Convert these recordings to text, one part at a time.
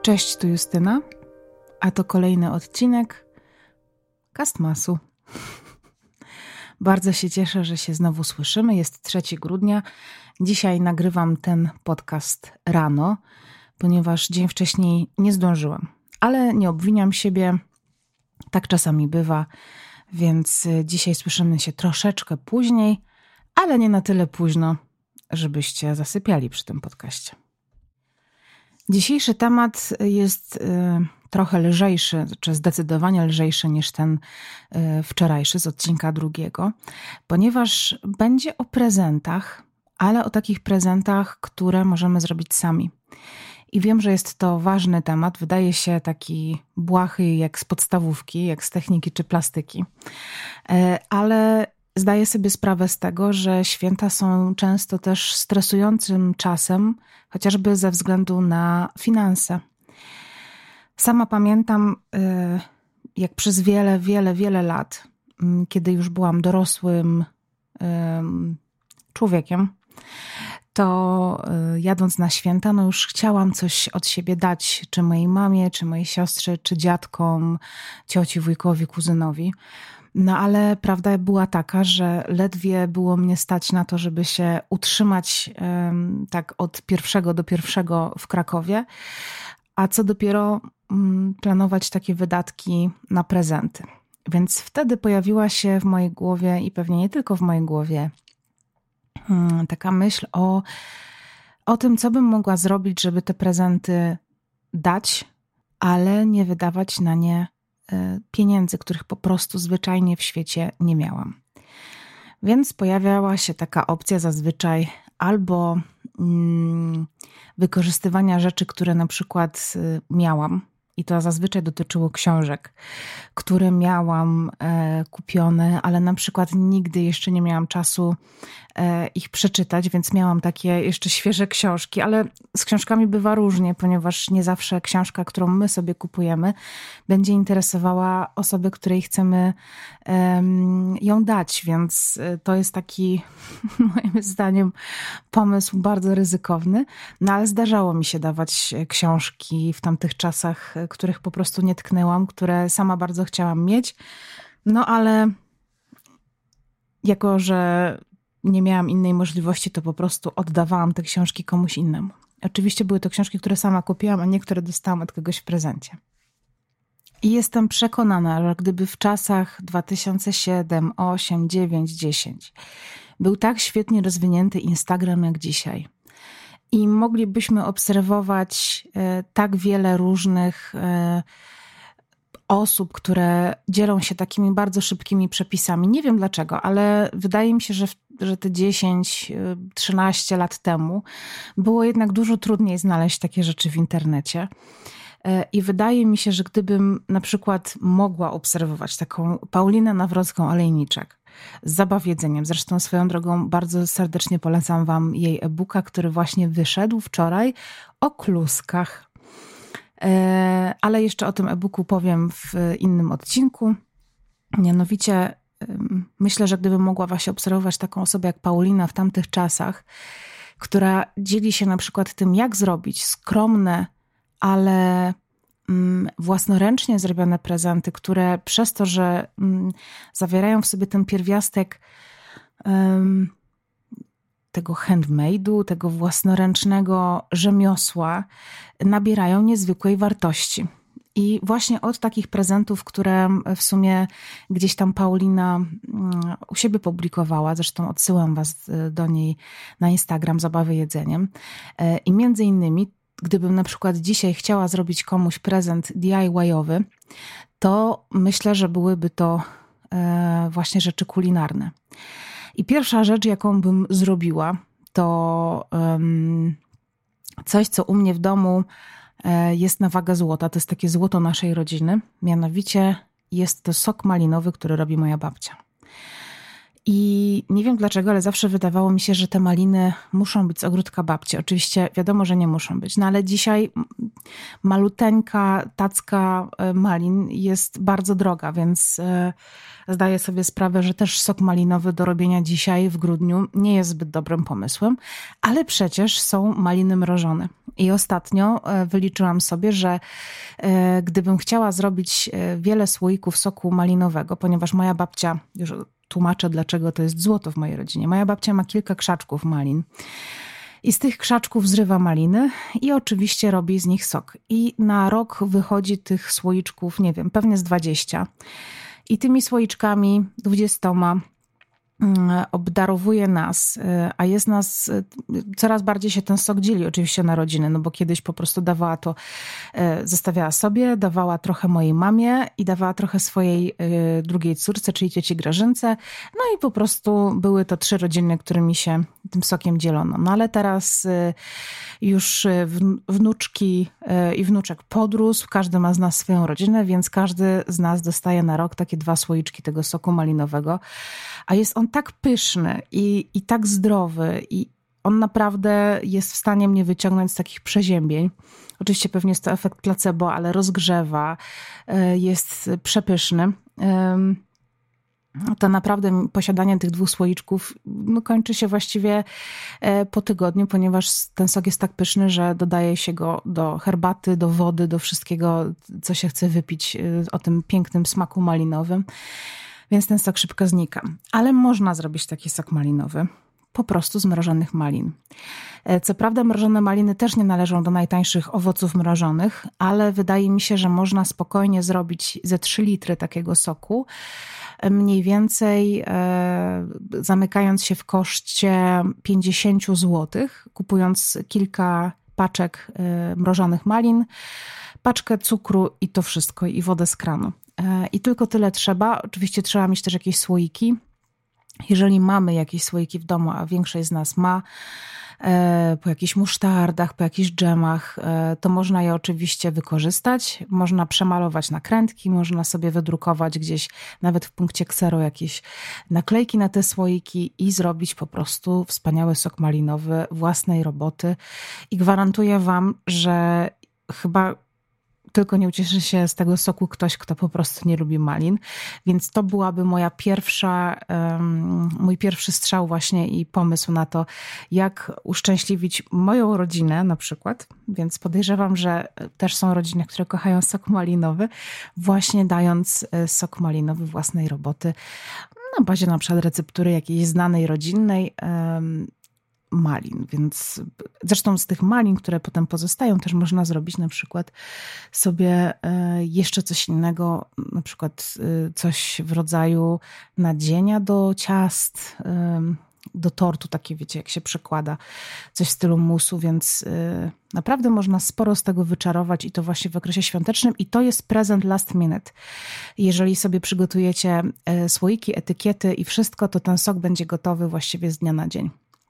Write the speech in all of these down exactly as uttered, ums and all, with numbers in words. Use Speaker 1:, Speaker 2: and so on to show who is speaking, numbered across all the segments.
Speaker 1: Cześć, tu Justyna, a to kolejny odcinek Castmasu. Bardzo się cieszę, że się znowu słyszymy. Jest trzeciego grudnia. Dzisiaj nagrywam ten podcast rano, ponieważ dzień wcześniej nie zdążyłam. Ale nie obwiniam siebie, tak czasami bywa, więc dzisiaj słyszymy się troszeczkę później, ale nie na tyle późno, żebyście zasypiali przy tym podcaście. Dzisiejszy temat jest y, trochę lżejszy, czy zdecydowanie lżejszy niż ten y, wczorajszy z odcinka drugiego, ponieważ będzie o prezentach, ale o takich prezentach, które możemy zrobić sami. I wiem, że jest to ważny temat, wydaje się taki błahy jak z podstawówki, jak z techniki czy plastyki, y, ale zdaję sobie sprawę z tego, że święta są często też stresującym czasem, chociażby ze względu na finanse. Sama pamiętam, jak przez wiele, wiele, wiele lat, kiedy już byłam dorosłym człowiekiem, to jadąc na święta, no już chciałam coś od siebie dać, czy mojej mamie, czy mojej siostrze, czy dziadkom, cioci, wujkowi, kuzynowi. No ale prawda była taka, że ledwie było mnie stać na to, żeby się utrzymać um, tak od pierwszego do pierwszego w Krakowie, a co dopiero um, planować takie wydatki na prezenty. Więc wtedy pojawiła się w mojej głowie i pewnie nie tylko w mojej głowie um, taka myśl o, o tym, co bym mogła zrobić, żeby te prezenty dać, ale nie wydawać na nie pieniędzy, których po prostu zwyczajnie w świecie nie miałam. Więc pojawiała się taka opcja zazwyczaj albo mm, wykorzystywania rzeczy, które na przykład miałam, i to zazwyczaj dotyczyło książek, które miałam e, kupione, ale na przykład nigdy jeszcze nie miałam czasu e, ich przeczytać, więc miałam takie jeszcze świeże książki, ale z książkami bywa różnie, ponieważ nie zawsze książka, którą my sobie kupujemy, będzie interesowała osoby, której chcemy e, ją dać, więc to jest taki moim zdaniem pomysł bardzo ryzykowny, no ale zdarzało mi się dawać książki w tamtych czasach, których po prostu nie tknęłam, które sama bardzo chciałam mieć, no ale jako, że nie miałam innej możliwości, to po prostu oddawałam te książki komuś innemu. Oczywiście były to książki, które sama kupiłam, a niektóre dostałam od kogoś w prezencie. I jestem przekonana, że gdyby w czasach dwa tysiące siedem, osiem, dziewięć, dziesięć był tak świetnie rozwinięty Instagram jak dzisiaj, i moglibyśmy obserwować tak wiele różnych osób, które dzielą się takimi bardzo szybkimi przepisami. Nie wiem dlaczego, ale wydaje mi się, że, że te dziesięć, trzynaście lat temu było jednak dużo trudniej znaleźć takie rzeczy w internecie. I wydaje mi się, że gdybym na przykład mogła obserwować taką Paulinę Nawrocką-Olejniczak z Zabaw jedzeniem. Zresztą swoją drogą bardzo serdecznie polecam wam jej e-booka, który właśnie wyszedł wczoraj o kluskach. Ale jeszcze o tym e-booku powiem w innym odcinku. Mianowicie myślę, że gdybym mogła właśnie obserwować taką osobę jak Paulina w tamtych czasach, która dzieli się na przykład tym, jak zrobić skromne, ale własnoręcznie zrobione prezenty, które przez to, że zawierają w sobie ten pierwiastek um, tego handmade'u, tego własnoręcznego rzemiosła, nabierają niezwykłej wartości. I właśnie od takich prezentów, które w sumie gdzieś tam Paulina u siebie publikowała, zresztą odsyłam was do niej na Instagram Zabawy jedzeniem, i między innymi gdybym na przykład dzisiaj chciała zrobić komuś prezent D I Y-owy, to myślę, że byłyby to właśnie rzeczy kulinarne. I pierwsza rzecz, jaką bym zrobiła, to coś, co u mnie w domu jest na wagę złota. To jest takie złoto naszej rodziny. Mianowicie jest to sok malinowy, który robi moja babcia. I nie wiem dlaczego, ale zawsze wydawało mi się, że te maliny muszą być z ogródka babci. Oczywiście wiadomo, że nie muszą być, no ale dzisiaj maluteńka tacka malin jest bardzo droga, więc zdaję sobie sprawę, że też sok malinowy do robienia dzisiaj w grudniu nie jest zbyt dobrym pomysłem, ale przecież są maliny mrożone. I ostatnio wyliczyłam sobie, że gdybym chciała zrobić wiele słoików soku malinowego, ponieważ moja babcia, już tłumaczę dlaczego to jest złoto w mojej rodzinie, moja babcia ma kilka krzaczków malin. I z tych krzaczków zrywa maliny i oczywiście robi z nich sok. I na rok wychodzi tych słoiczków, nie wiem, pewnie z dwadzieścia. I tymi słoiczkami dwudziestoma obdarowuje nas, a jest nas, coraz bardziej się ten sok dzieli oczywiście na rodziny, no bo kiedyś po prostu dawała to, zostawiała sobie, dawała trochę mojej mamie i dawała trochę swojej drugiej córce, czyli cioci Grażynce, no i po prostu były to trzy rodziny, którymi się tym sokiem dzielono. No ale teraz już wnuczki i wnuczek podrósł, każdy ma z nas swoją rodzinę, więc każdy z nas dostaje na rok takie dwa słoiczki tego soku malinowego, a jest on tak pyszny i, i tak zdrowy i on naprawdę jest w stanie mnie wyciągnąć z takich przeziębień. Oczywiście pewnie jest to efekt placebo, ale rozgrzewa, jest przepyszny. To naprawdę posiadanie tych dwóch słoiczków no, kończy się właściwie po tygodniu, ponieważ ten sok jest tak pyszny, że dodaje się go do herbaty, do wody, do wszystkiego, co się chce wypić o tym pięknym smaku malinowym. Więc ten sok szybko znika. Ale można zrobić taki sok malinowy po prostu z mrożonych malin. Co prawda mrożone maliny też nie należą do najtańszych owoców mrożonych, ale wydaje mi się, że można spokojnie zrobić ze trzy litry takiego soku, mniej więcej e, zamykając się w koszcie pięćdziesiąt złotych, kupując kilka paczek e, mrożonych malin, paczkę cukru i to wszystko, i wodę z kranu. I tylko tyle trzeba. Oczywiście trzeba mieć też jakieś słoiki. Jeżeli mamy jakieś słoiki w domu, a większość z nas ma, po jakichś musztardach, po jakichś dżemach, to można je oczywiście wykorzystać. Można przemalować nakrętki, można sobie wydrukować gdzieś nawet w punkcie ksero jakieś naklejki na te słoiki i zrobić po prostu wspaniały sok malinowy własnej roboty. I gwarantuję wam, że chyba tylko nie ucieszy się z tego soku ktoś, kto po prostu nie lubi malin. Więc to byłaby moja pierwsza, um, mój pierwszy strzał właśnie i pomysł na to, jak uszczęśliwić moją rodzinę na przykład. Więc podejrzewam, że też są rodziny, które kochają sok malinowy, właśnie dając sok malinowy własnej roboty na bazie na przykład receptury jakiejś znanej rodzinnej, um, malin, więc zresztą z tych malin, które potem pozostają, też można zrobić na przykład sobie jeszcze coś innego, na przykład coś w rodzaju nadzienia do ciast, do tortu, takie wiecie, jak się przekłada, coś w stylu musu, więc naprawdę można sporo z tego wyczarować i to właśnie w okresie świątecznym i to jest prezent last minute. Jeżeli sobie przygotujecie słoiki, etykiety i wszystko, to ten sok będzie gotowy właściwie z dnia na dzień.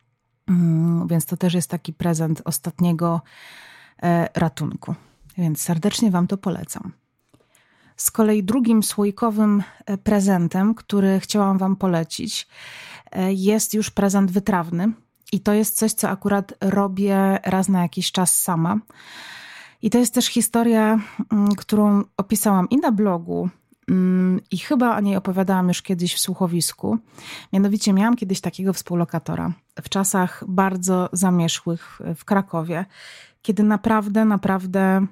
Speaker 1: Więc to też jest taki prezent ostatniego ratunku. Więc serdecznie wam to polecam. Z kolei drugim słoikowym prezentem, który chciałam wam polecić, jest już prezent wytrawny. I to jest coś, co akurat robię raz na jakiś czas sama. I to jest też historia, którą opisałam i na blogu, i chyba o niej opowiadałam już kiedyś w słuchowisku. Mianowicie miałam kiedyś takiego współlokatora w czasach bardzo zamierzchłych w Krakowie, kiedy naprawdę, naprawdę...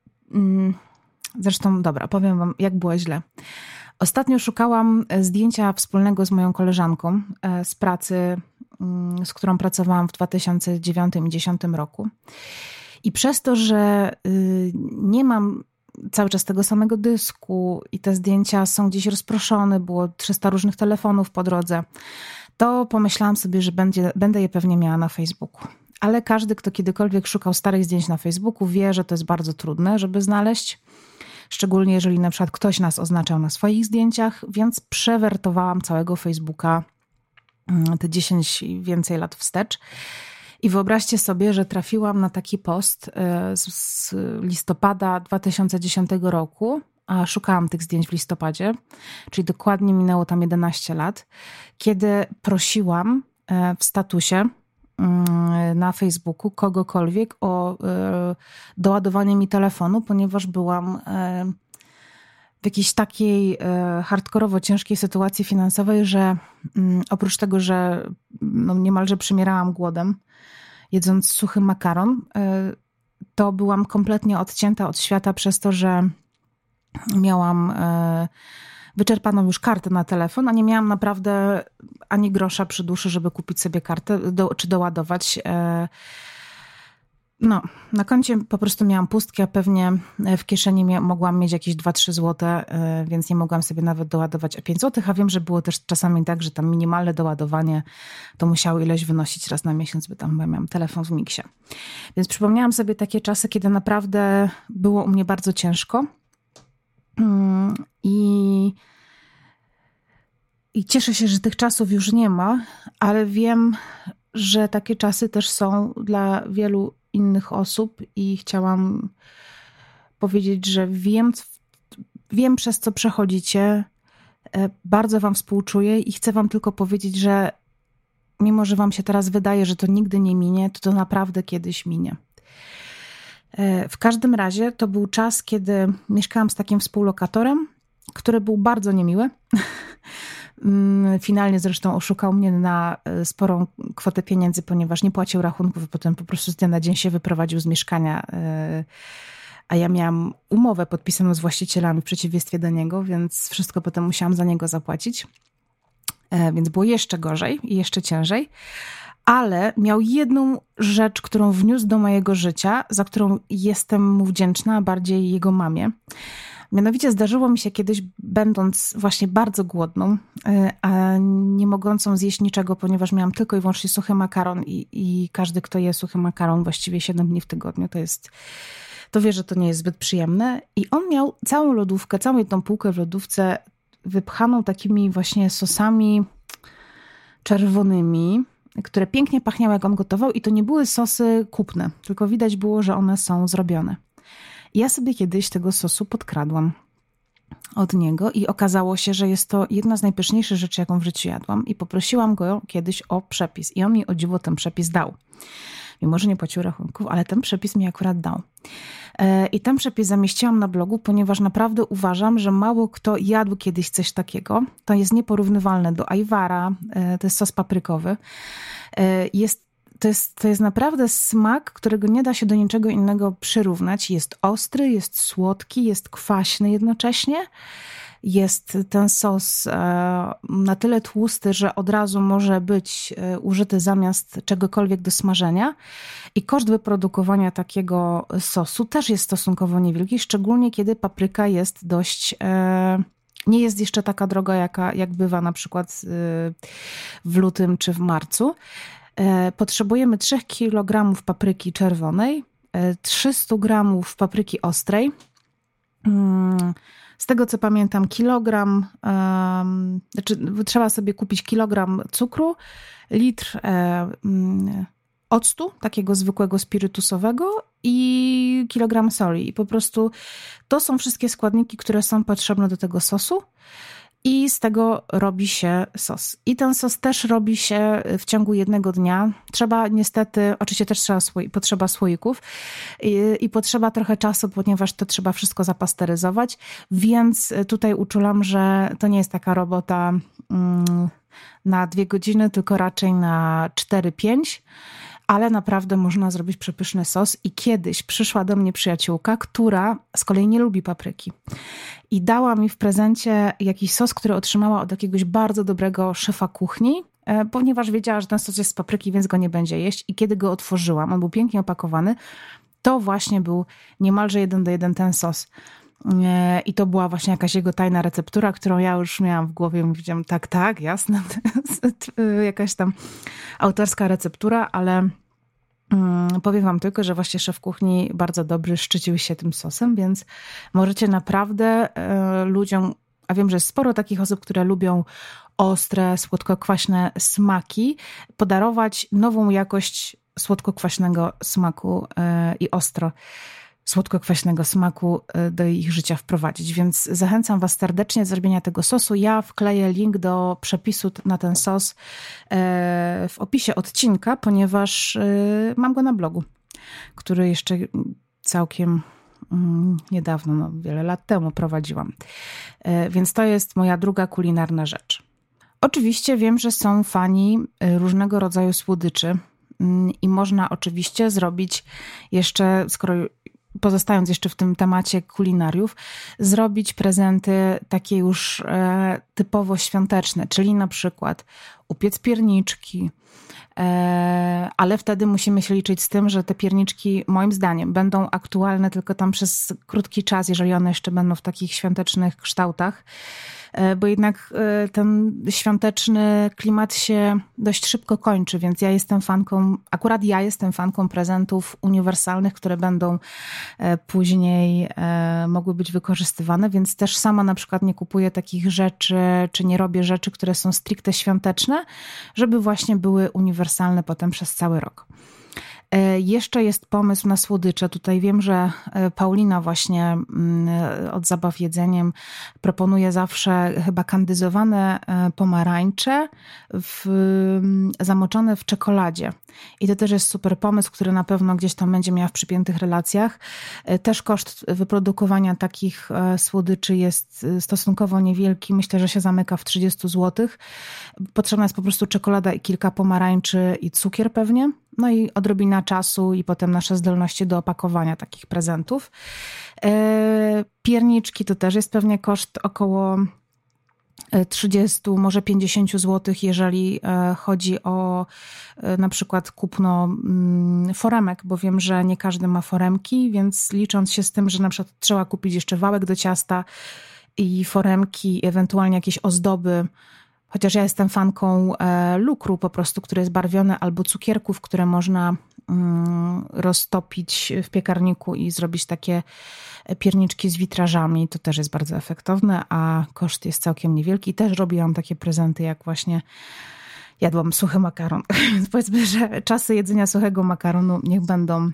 Speaker 1: Zresztą, dobra, powiem wam, jak było źle. Ostatnio szukałam zdjęcia wspólnego z moją koleżanką z pracy, z którą pracowałam w dwa tysiące dziewiątym i dwa tysiące dziesiątym roku. I przez to, że nie mam cały czas tego samego dysku i te zdjęcia są gdzieś rozproszone, było trzysta różnych telefonów po drodze, to pomyślałam sobie, że będzie, będę je pewnie miała na Facebooku. Ale każdy, kto kiedykolwiek szukał starych zdjęć na Facebooku, wie, że to jest bardzo trudne, żeby znaleźć. Szczególnie jeżeli na przykład ktoś nas oznaczał na swoich zdjęciach, więc przewertowałam całego Facebooka te dziesięć i więcej lat wstecz. I wyobraźcie sobie, że trafiłam na taki post z listopada dwa tysiące dziesiątego roku, a szukałam tych zdjęć w listopadzie, czyli dokładnie minęło tam jedenaście lat, kiedy prosiłam w statusie na Facebooku kogokolwiek o doładowanie mi telefonu, ponieważ byłam w jakiejś takiej hardkorowo ciężkiej sytuacji finansowej, że oprócz tego, że no niemalże przymierałam głodem, jedząc suchy makaron, to byłam kompletnie odcięta od świata przez to, że miałam wyczerpaną już kartę na telefon, a nie miałam naprawdę ani grosza przy duszy, żeby kupić sobie kartę do, czy doładować. No, na koncie po prostu miałam pustki, a pewnie w kieszeni mia- mogłam mieć jakieś dwa trzy złote, więc nie mogłam sobie nawet doładować pięć złotych, a wiem, że było też czasami tak, że tam minimalne doładowanie to musiało ileś wynosić raz na miesiąc, by tam bo ja miałam telefon w miksie. Więc przypomniałam sobie takie czasy, kiedy naprawdę było u mnie bardzo ciężko i, i cieszę się, że tych czasów już nie ma, ale wiem, że takie czasy też są dla wielu innych osób i chciałam powiedzieć, że wiem, wiem przez co przechodzicie, bardzo wam współczuję i chcę wam tylko powiedzieć, że mimo, że wam się teraz wydaje, że to nigdy nie minie, to to naprawdę kiedyś minie. W każdym razie to był czas, kiedy mieszkałam z takim współlokatorem, który był bardzo niemiły. Finalnie zresztą oszukał mnie na sporą kwotę pieniędzy, ponieważ nie płacił rachunków, potem po prostu z dnia na dzień się wyprowadził z mieszkania, a ja miałam umowę podpisaną z właścicielami w przeciwieństwie do niego, więc wszystko potem musiałam za niego zapłacić. Więc było jeszcze gorzej i jeszcze ciężej. Ale miał jedną rzecz, którą wniósł do mojego życia, za którą jestem mu wdzięczna, a bardziej jego mamie. Mianowicie zdarzyło mi się kiedyś, będąc właśnie bardzo głodną, a nie mogącą zjeść niczego, ponieważ miałam tylko i wyłącznie suchy makaron i, i każdy, kto je suchy makaron właściwie siedem dni w tygodniu, to jest, to wie, że to nie jest zbyt przyjemne. I on miał całą lodówkę, całą jedną półkę w lodówce wypchaną takimi właśnie sosami czerwonymi, które pięknie pachniały, jak on gotował, i to nie były sosy kupne, tylko widać było, że one są zrobione. Ja sobie kiedyś tego sosu podkradłam od niego i okazało się, że jest to jedna z najpyszniejszych rzeczy, jaką w życiu jadłam, i poprosiłam go kiedyś o przepis i on mi o dziwo ten przepis dał. Mimo że nie płacił rachunków, ale ten przepis mi akurat dał. I ten przepis zamieściłam na blogu, ponieważ naprawdę uważam, że mało kto jadł kiedyś coś takiego. To jest nieporównywalne do ajwara, to jest sos paprykowy. Jest To jest, to jest naprawdę smak, którego nie da się do niczego innego przyrównać. Jest ostry, jest słodki, jest kwaśny jednocześnie. Jest ten sos na tyle tłusty, że od razu może być użyty zamiast czegokolwiek do smażenia. I koszt wyprodukowania takiego sosu też jest stosunkowo niewielki, szczególnie kiedy papryka jest dość... nie jest jeszcze taka droga, jaka, jak bywa na przykład w lutym czy w marcu. Potrzebujemy trzy kilogramy papryki czerwonej, trzysta gramów papryki ostrej, z tego co pamiętam kilogram, um, znaczy trzeba sobie kupić kilogram cukru, litr um, octu, takiego zwykłego spirytusowego, i kilogram soli. I po prostu to są wszystkie składniki, które są potrzebne do tego sosu. I z tego robi się sos. I ten sos też robi się w ciągu jednego dnia. Trzeba niestety, oczywiście też trzeba słoi, potrzeba słoików i, i potrzeba trochę czasu, ponieważ to trzeba wszystko zapasteryzować. Więc tutaj uczulam, że to nie jest taka robota mm, na dwie godziny, tylko raczej na cztery pięć. Ale naprawdę można zrobić przepyszny sos. I kiedyś przyszła do mnie przyjaciółka, która z kolei nie lubi papryki. I dała mi w prezencie jakiś sos, który otrzymała od jakiegoś bardzo dobrego szefa kuchni, ponieważ wiedziała, że ten sos jest z papryki, więc go nie będzie jeść. I kiedy go otworzyłam, on był pięknie opakowany, to właśnie był niemalże jeden do jeden ten sos. I to była właśnie jakaś jego tajna receptura, którą ja już miałam w głowie i mówiłam, tak, tak, jasne, jakaś tam autorska receptura, ale powiem wam tylko, że właśnie szef kuchni bardzo dobry szczycił się tym sosem, więc możecie naprawdę ludziom, a wiem, że jest sporo takich osób, które lubią ostre, słodko-kwaśne smaki, podarować nową jakość słodko-kwaśnego smaku i ostro. słodko-kwaśnego smaku do ich życia wprowadzić. Więc zachęcam Was serdecznie do zrobienia tego sosu. Ja wkleję link do przepisu na ten sos w opisie odcinka, ponieważ mam go na blogu, który jeszcze całkiem niedawno, no wiele lat temu prowadziłam. Więc to jest moja druga kulinarna rzecz. Oczywiście wiem, że są fani różnego rodzaju słodyczy i można oczywiście zrobić jeszcze, skoro pozostając jeszcze w tym temacie kulinariów, zrobić prezenty takie już e, typowo świąteczne, czyli na przykład upiec pierniczki, e, ale wtedy musimy się liczyć z tym, że te pierniczki moim zdaniem będą aktualne tylko tam przez krótki czas, jeżeli one jeszcze będą w takich świątecznych kształtach, bo jednak ten świąteczny klimat się dość szybko kończy, więc ja jestem fanką, akurat ja jestem fanką prezentów uniwersalnych, które będą później mogły być wykorzystywane, więc też sama na przykład nie kupuję takich rzeczy, czy nie robię rzeczy, które są stricte świąteczne, żeby właśnie były uniwersalne potem przez cały rok. Jeszcze jest pomysł na słodycze. Tutaj wiem, że Paulina właśnie od Zabaw Jedzeniem proponuje zawsze chyba kandyzowane pomarańcze w, zamoczone w czekoladzie. I to też jest super pomysł, który na pewno gdzieś tam będzie miała w przypiętych relacjach. Też koszt wyprodukowania takich słodyczy jest stosunkowo niewielki. Myślę, że się zamyka w trzydzieści złotych. Potrzebna jest po prostu czekolada i kilka pomarańczy i cukier pewnie. No i odrobina czasu i potem nasze zdolności do opakowania takich prezentów. Pierniczki to też jest pewnie koszt około trzydzieści, może pięćdziesiąt złotych, jeżeli chodzi o na przykład kupno foremek, bo wiem, że nie każdy ma foremki, więc licząc się z tym, że na przykład trzeba kupić jeszcze wałek do ciasta i foremki, ewentualnie jakieś ozdoby, chociaż ja jestem fanką lukru po prostu, który jest barwiony, albo cukierków, które można roztopić w piekarniku i zrobić takie pierniczki z witrażami. To też jest bardzo efektowne, a koszt jest całkiem niewielki. Też robiłam takie prezenty, jak właśnie jadłam suchy makaron. Więc powiedzmy, że czasy jedzenia suchego makaronu niech będą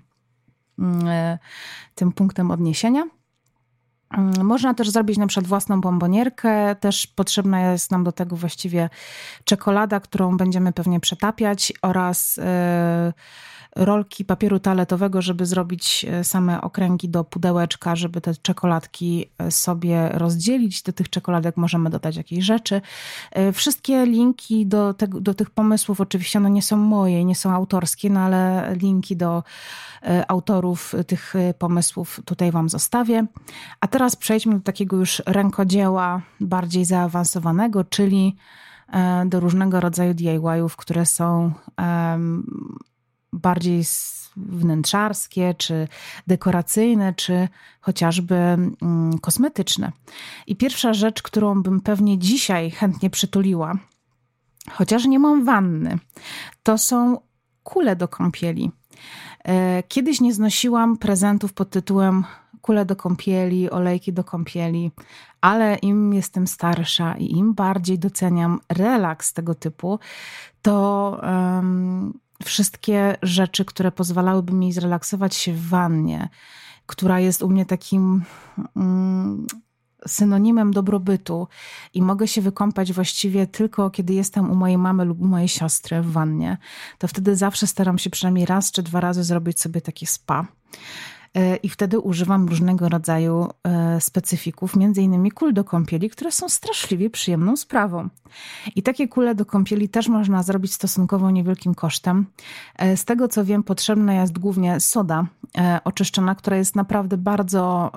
Speaker 1: tym punktem odniesienia. Można też zrobić na przykład własną bombonierkę. Też potrzebna jest nam do tego właściwie czekolada, którą będziemy pewnie przetapiać, oraz rolki papieru toaletowego, żeby zrobić same okręgi do pudełeczka, żeby te czekoladki sobie rozdzielić. Do tych czekoladek możemy dodać jakieś rzeczy. Wszystkie linki do, te, do tych pomysłów, oczywiście one nie są moje, nie są autorskie, no ale linki do autorów tych pomysłów tutaj Wam zostawię. A teraz przejdźmy do takiego już rękodzieła bardziej zaawansowanego, czyli do różnego rodzaju D I Y-ów, które są um, bardziej wnętrzarskie, czy dekoracyjne, czy chociażby um, kosmetyczne. I pierwsza rzecz, którą bym pewnie dzisiaj chętnie przytuliła, chociaż nie mam wanny, to są kule do kąpieli. Kiedyś nie znosiłam prezentów pod tytułem kule do kąpieli, olejki do kąpieli, ale im jestem starsza i im bardziej doceniam relaks tego typu, to um, wszystkie rzeczy, które pozwalałyby mi zrelaksować się w wannie, która jest u mnie takim um, synonimem dobrobytu i mogę się wykąpać właściwie tylko kiedy jestem u mojej mamy lub u mojej siostry w wannie, to wtedy zawsze staram się przynajmniej raz czy dwa razy zrobić sobie takie spa. I wtedy używam różnego rodzaju specyfików, między innymi kul do kąpieli, które są straszliwie przyjemną sprawą. I takie kule do kąpieli też można zrobić stosunkowo niewielkim kosztem. Z tego co wiem, potrzebna jest głównie soda oczyszczona, która jest naprawdę bardzo...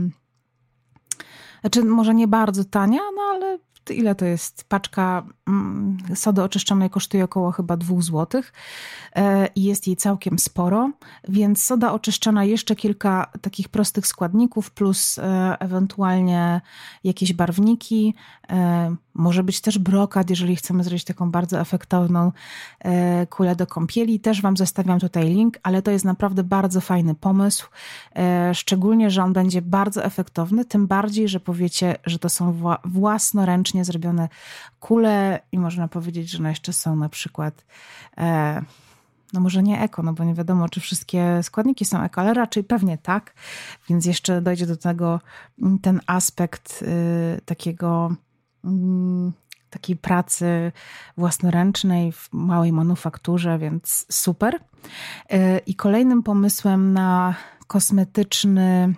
Speaker 1: Znaczy może nie bardzo tania, no ale ile to jest? Paczka sody oczyszczonej kosztuje około chyba dwóch złotych i jest jej całkiem sporo, więc soda oczyszczona, jeszcze kilka takich prostych składników plus ewentualnie jakieś barwniki. Może być też brokat, jeżeli chcemy zrobić taką bardzo efektowną kulę do kąpieli. Też Wam zostawiam tutaj link, ale to jest naprawdę bardzo fajny pomysł. Szczególnie, że on będzie bardzo efektowny, tym bardziej, że powiecie, że to są własnoręcznie zrobione kule i można powiedzieć, że one jeszcze są na przykład no może nie eko, no bo nie wiadomo, czy wszystkie składniki są eko, ale raczej pewnie tak, więc jeszcze dojdzie do tego ten aspekt y, takiego, y, takiej pracy własnoręcznej w małej manufakturze, więc super. Y, I kolejnym pomysłem na kosmetyczny,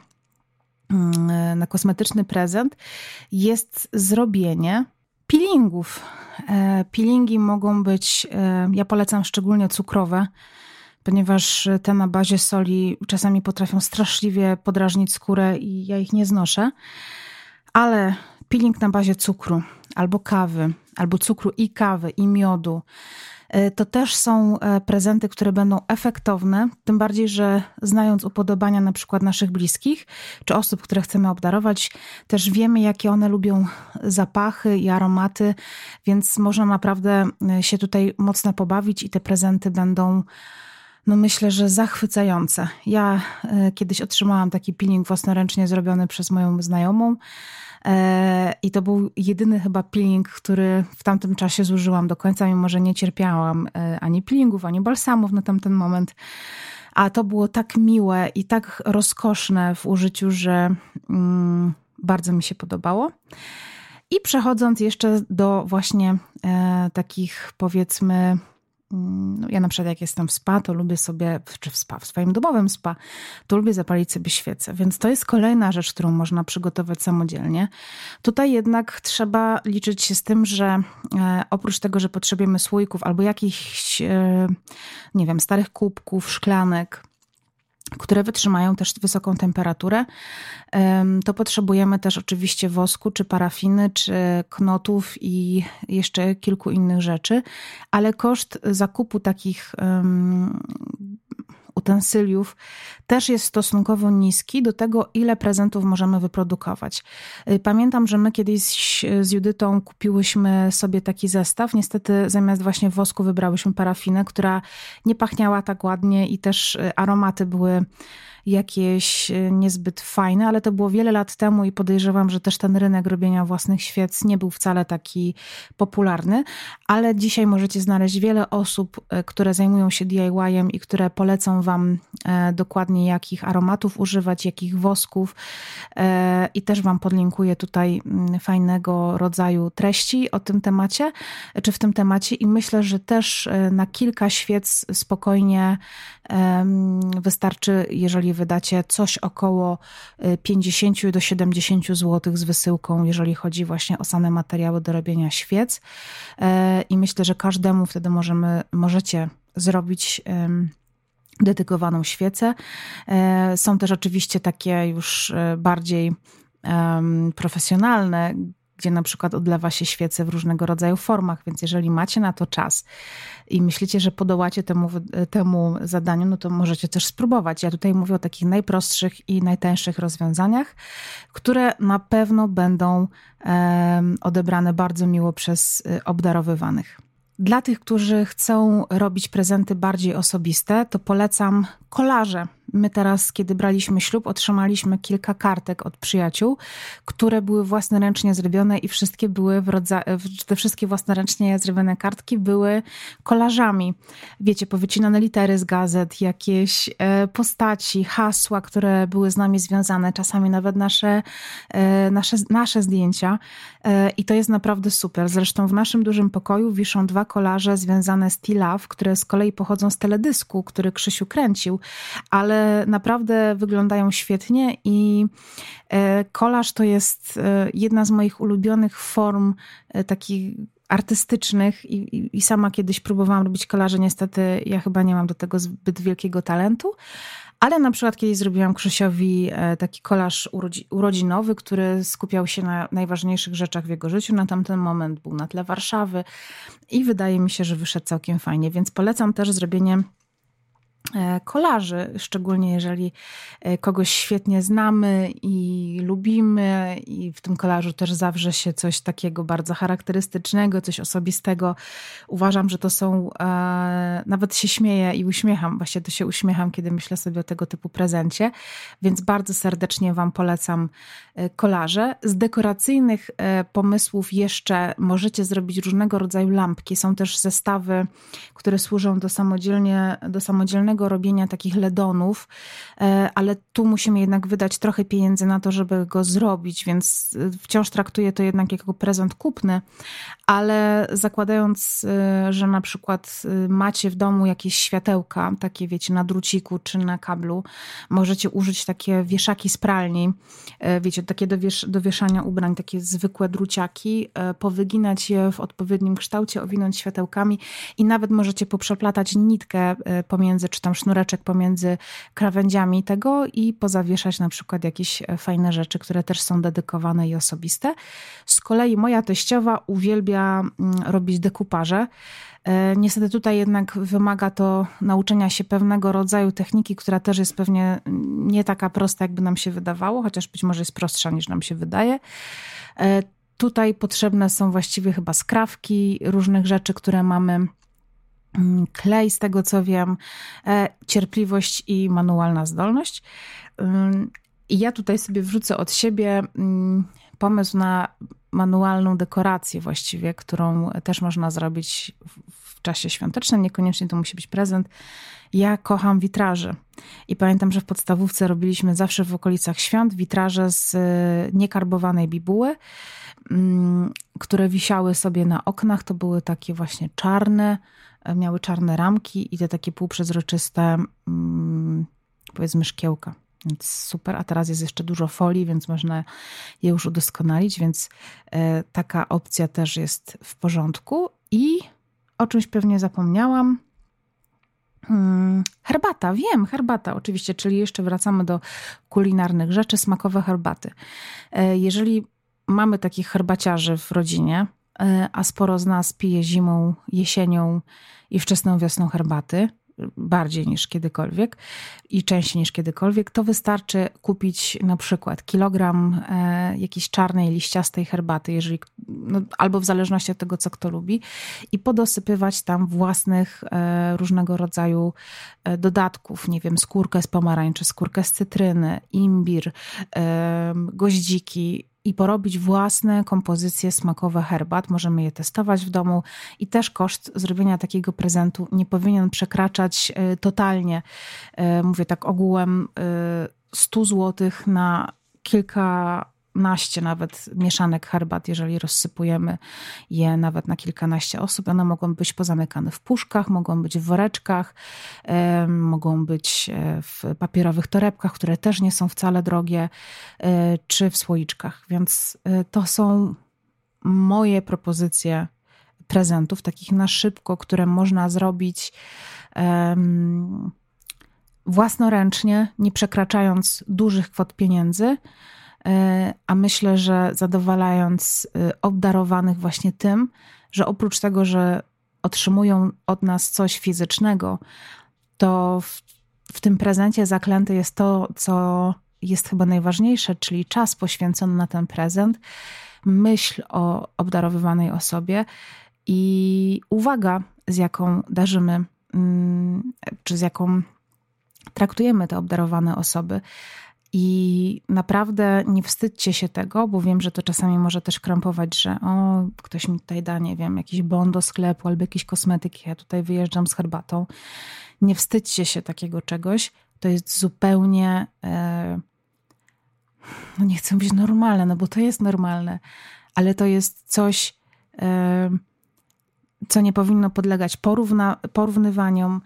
Speaker 1: y, na kosmetyczny prezent jest zrobienie peelingów. Peelingi mogą być, ja polecam szczególnie cukrowe, ponieważ te na bazie soli czasami potrafią straszliwie podrażnić skórę i ja ich nie znoszę, ale peeling na bazie cukru albo kawy, albo cukru i kawy i miodu, to też są prezenty, które będą efektowne, tym bardziej, że znając upodobania na przykład naszych bliskich, czy osób, które chcemy obdarować, też wiemy, jakie one lubią zapachy i aromaty, więc można naprawdę się tutaj mocno pobawić i te prezenty będą, no myślę, że zachwycające. Ja kiedyś otrzymałam taki peeling własnoręcznie zrobiony przez moją znajomą, i to był jedyny chyba peeling, który w tamtym czasie zużyłam do końca, mimo że nie cierpiałam ani peelingów, ani balsamów na tamten moment. A to było tak miłe i tak rozkoszne w użyciu, że mm, bardzo mi się podobało. I przechodząc jeszcze do właśnie e, takich, powiedzmy, no ja na przykład jak jestem w spa, to lubię sobie, czy w spa, w swoim domowym spa, to lubię zapalić sobie świecę. Więc to jest kolejna rzecz, którą można przygotować samodzielnie. Tutaj jednak trzeba liczyć się z tym, że e, oprócz tego, że potrzebujemy słoików albo jakichś, e, nie wiem, starych kubków, szklanek, które wytrzymają też wysoką temperaturę, to potrzebujemy też oczywiście wosku, czy parafiny, czy knotów i jeszcze kilku innych rzeczy, ale koszt zakupu takich um, utensyliów też jest stosunkowo niski do tego, ile prezentów możemy wyprodukować. Pamiętam, że my kiedyś z Judytą kupiłyśmy sobie taki zestaw. Niestety zamiast właśnie wosku wybrałyśmy parafinę, która nie pachniała tak ładnie i też aromaty były jakieś niezbyt fajne, ale to było wiele lat temu i podejrzewam, że też ten rynek robienia własnych świec nie był wcale taki popularny, ale dzisiaj możecie znaleźć wiele osób, które zajmują się D I Y-em i które polecą wam dokładnie jakich aromatów używać, jakich wosków i też wam podlinkuję tutaj fajnego rodzaju treści o tym temacie, czy w tym temacie i myślę, że też na kilka świec spokojnie wystarczy, jeżeli wydacie coś około pięćdziesiąt do siedemdziesięciu złotych z wysyłką, jeżeli chodzi właśnie o same materiały do robienia świec. I myślę, że każdemu wtedy możemy, możecie zrobić dedykowaną świecę. Są też oczywiście takie już bardziej profesjonalne, gdzie na przykład odlewa się świece w różnego rodzaju formach, więc jeżeli macie na to czas i myślicie, że podołacie temu, temu zadaniu, no to możecie też spróbować. Ja tutaj mówię o takich najprostszych i najtańszych rozwiązaniach, które na pewno będą um, odebrane bardzo miło przez obdarowywanych. Dla tych, którzy chcą robić prezenty bardziej osobiste, to polecam kolaże. My teraz, kiedy braliśmy ślub, otrzymaliśmy kilka kartek od przyjaciół, które były własnoręcznie zrobione i wszystkie były w rodzaju, te wszystkie własnoręcznie zrobione kartki były kolażami. Wiecie, powycinane litery z gazet, jakieś postaci, hasła, które były z nami związane, czasami nawet nasze, nasze, nasze zdjęcia. I to jest naprawdę super. Zresztą w naszym dużym pokoju wiszą dwa kolaże związane z T-Love, które z kolei pochodzą z teledysku, który Krzysiu kręcił, ale naprawdę wyglądają świetnie i kolaż to jest jedna z moich ulubionych form takich artystycznych i, i, i sama kiedyś próbowałam robić kolaże. Niestety ja chyba nie mam do tego zbyt wielkiego talentu, ale na przykład kiedyś zrobiłam Krzysiowi taki kolaż urodzi, urodzinowy, który skupiał się na najważniejszych rzeczach w jego życiu. Na tamten moment był na tle Warszawy i wydaje mi się, że wyszedł całkiem fajnie, więc polecam też zrobienie kolaży, szczególnie jeżeli kogoś świetnie znamy i lubimy i w tym kolażu też zawrze się coś takiego bardzo charakterystycznego, coś osobistego. Uważam, że to są, e, nawet się śmieję i uśmiecham, właśnie to się uśmiecham, kiedy myślę sobie o tego typu prezencie, więc bardzo serdecznie wam polecam kolaże. Z dekoracyjnych e, pomysłów jeszcze możecie zrobić różnego rodzaju lampki. Są też zestawy, które służą do samodzielnie, do samodzielnego robienia takich ledonów, ale tu musimy jednak wydać trochę pieniędzy na to, żeby go zrobić, więc wciąż traktuję to jednak jako prezent kupny, ale zakładając, że na przykład macie w domu jakieś światełka, takie wiecie, na druciku czy na kablu, możecie użyć takie wieszaki z pralni, wiecie, takie do, wiesz, do wieszania ubrań, takie zwykłe druciaki, powyginać je w odpowiednim kształcie, owinąć światełkami i nawet możecie poprzeplatać nitkę pomiędzy, czy tam sznureczek pomiędzy krawędziami tego i pozawieszać na przykład jakieś fajne rzeczy, które też są dedykowane i osobiste. Z kolei moja teściowa uwielbia robić dekupaże. Niestety tutaj jednak wymaga to nauczenia się pewnego rodzaju techniki, która też jest pewnie nie taka prosta, jakby nam się wydawało, chociaż być może jest prostsza niż nam się wydaje. Tutaj potrzebne są właściwie chyba skrawki różnych rzeczy, które mamy, klej, z tego co wiem, cierpliwość i manualna zdolność. I ja tutaj sobie wrzucę od siebie pomysł na manualną dekorację właściwie, którą też można zrobić w czasie świątecznym. Niekoniecznie to musi być prezent. Ja kocham witraże. I pamiętam, że w podstawówce robiliśmy zawsze w okolicach świąt witraże z niekarbowanej bibuły, które wisiały sobie na oknach. To były takie właśnie czarne, miały czarne ramki i te takie półprzezroczyste, powiedzmy, szkiełka. Więc super, a teraz jest jeszcze dużo folii, więc można je już udoskonalić, więc taka opcja też jest w porządku. I o czymś pewnie zapomniałam. Hmm, herbata, wiem, herbata oczywiście, czyli jeszcze wracamy do kulinarnych rzeczy, smakowe herbaty. Jeżeli mamy takich herbaciarzy w rodzinie, a sporo z nas pije zimą, jesienią i wczesną wiosną herbaty, bardziej niż kiedykolwiek i częściej niż kiedykolwiek, to wystarczy kupić na przykład kilogram e, jakiejś czarnej, liściastej herbaty, jeżeli, no, albo w zależności od tego, co kto lubi, i podosypywać tam własnych e, różnego rodzaju e, dodatków, nie wiem, skórkę z pomarańczy, skórkę z cytryny, imbir, e, goździki, i porobić własne kompozycje smakowe herbat. Możemy je testować w domu i też koszt zrobienia takiego prezentu nie powinien przekraczać totalnie, mówię tak ogółem, sto złotych na kilkanaście nawet mieszanek herbat, jeżeli rozsypujemy je nawet na kilkanaście osób. One mogą być pozamykane w puszkach, mogą być w woreczkach, mogą być w papierowych torebkach, które też nie są wcale drogie, czy w słoiczkach. Więc to są moje propozycje prezentów, takich na szybko, które można zrobić um, własnoręcznie, nie przekraczając dużych kwot pieniędzy, a myślę, że zadowalając obdarowanych właśnie tym, że oprócz tego, że otrzymują od nas coś fizycznego, to w, w tym prezencie zaklęte jest to, co jest chyba najważniejsze, czyli czas poświęcony na ten prezent, myśl o obdarowywanej osobie i uwaga, z jaką darzymy, czy z jaką traktujemy te obdarowane osoby. I naprawdę nie wstydźcie się tego, bo wiem, że to czasami może też krępować, że o, ktoś mi tutaj da, nie wiem, jakiś bon do sklepu albo jakiś kosmetyk, ja tutaj wyjeżdżam z herbatą. Nie wstydźcie się takiego czegoś. To jest zupełnie, e, no nie chcę mówić normalne, no bo to jest normalne, ale to jest coś, e, co nie powinno podlegać porówna, porównywaniom.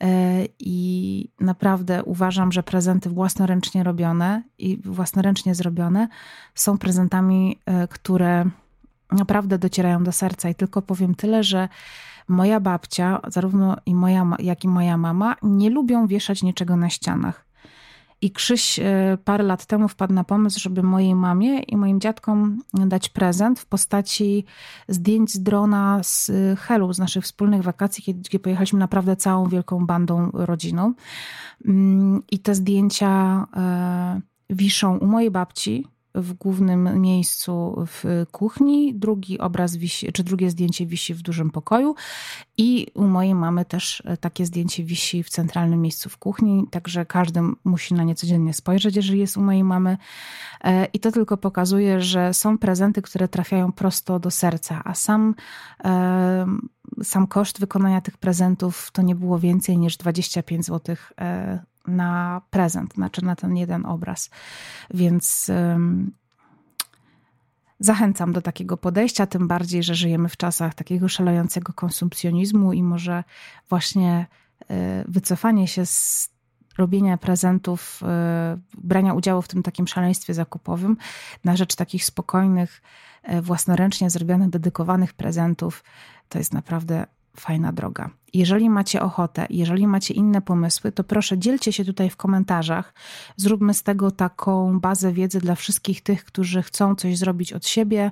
Speaker 1: I naprawdę uważam, że prezenty własnoręcznie robione i własnoręcznie zrobione są prezentami, które naprawdę docierają do serca. I tylko powiem tyle, że moja babcia, zarówno i moja, jak i moja mama, nie lubią wieszać niczego na ścianach. I Krzyś parę lat temu wpadł na pomysł, żeby mojej mamie i moim dziadkom dać prezent w postaci zdjęć z drona z Helu, z naszych wspólnych wakacji, gdzie pojechaliśmy naprawdę całą wielką bandą rodziną. I te zdjęcia wiszą u mojej babci w głównym miejscu w kuchni, drugi obraz wisi, czy drugie zdjęcie wisi w dużym pokoju i u mojej mamy też takie zdjęcie wisi w centralnym miejscu w kuchni, także każdy musi na nie codziennie spojrzeć, jeżeli jest u mojej mamy. I to tylko pokazuje, że są prezenty, które trafiają prosto do serca, a sam, sam koszt wykonania tych prezentów to nie było więcej niż dwadzieścia pięć złotych na prezent, znaczy na ten jeden obraz. Więc um, zachęcam do takiego podejścia, tym bardziej, że żyjemy w czasach takiego szalejącego konsumpcjonizmu i może właśnie y, wycofanie się z robienia prezentów, y, brania udziału w tym takim szaleństwie zakupowym na rzecz takich spokojnych, y, własnoręcznie zrobionych, dedykowanych prezentów, to jest naprawdę fajna droga. Jeżeli macie ochotę, jeżeli macie inne pomysły, to proszę dzielcie się tutaj w komentarzach. Zróbmy z tego taką bazę wiedzy dla wszystkich tych, którzy chcą coś zrobić od siebie.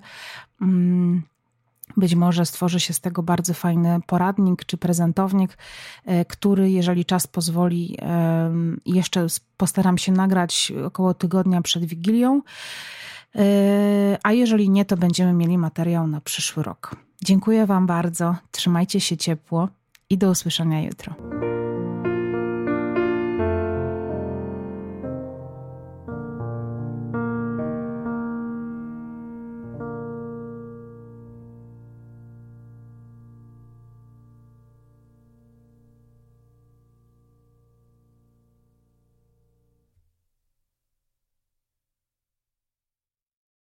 Speaker 1: Być może stworzy się z tego bardzo fajny poradnik czy prezentownik, który, jeżeli czas pozwoli, jeszcze postaram się nagrać około tygodnia przed Wigilią. A jeżeli nie, to będziemy mieli materiał na przyszły rok. Dziękuję Wam bardzo, trzymajcie się ciepło i do usłyszenia jutro.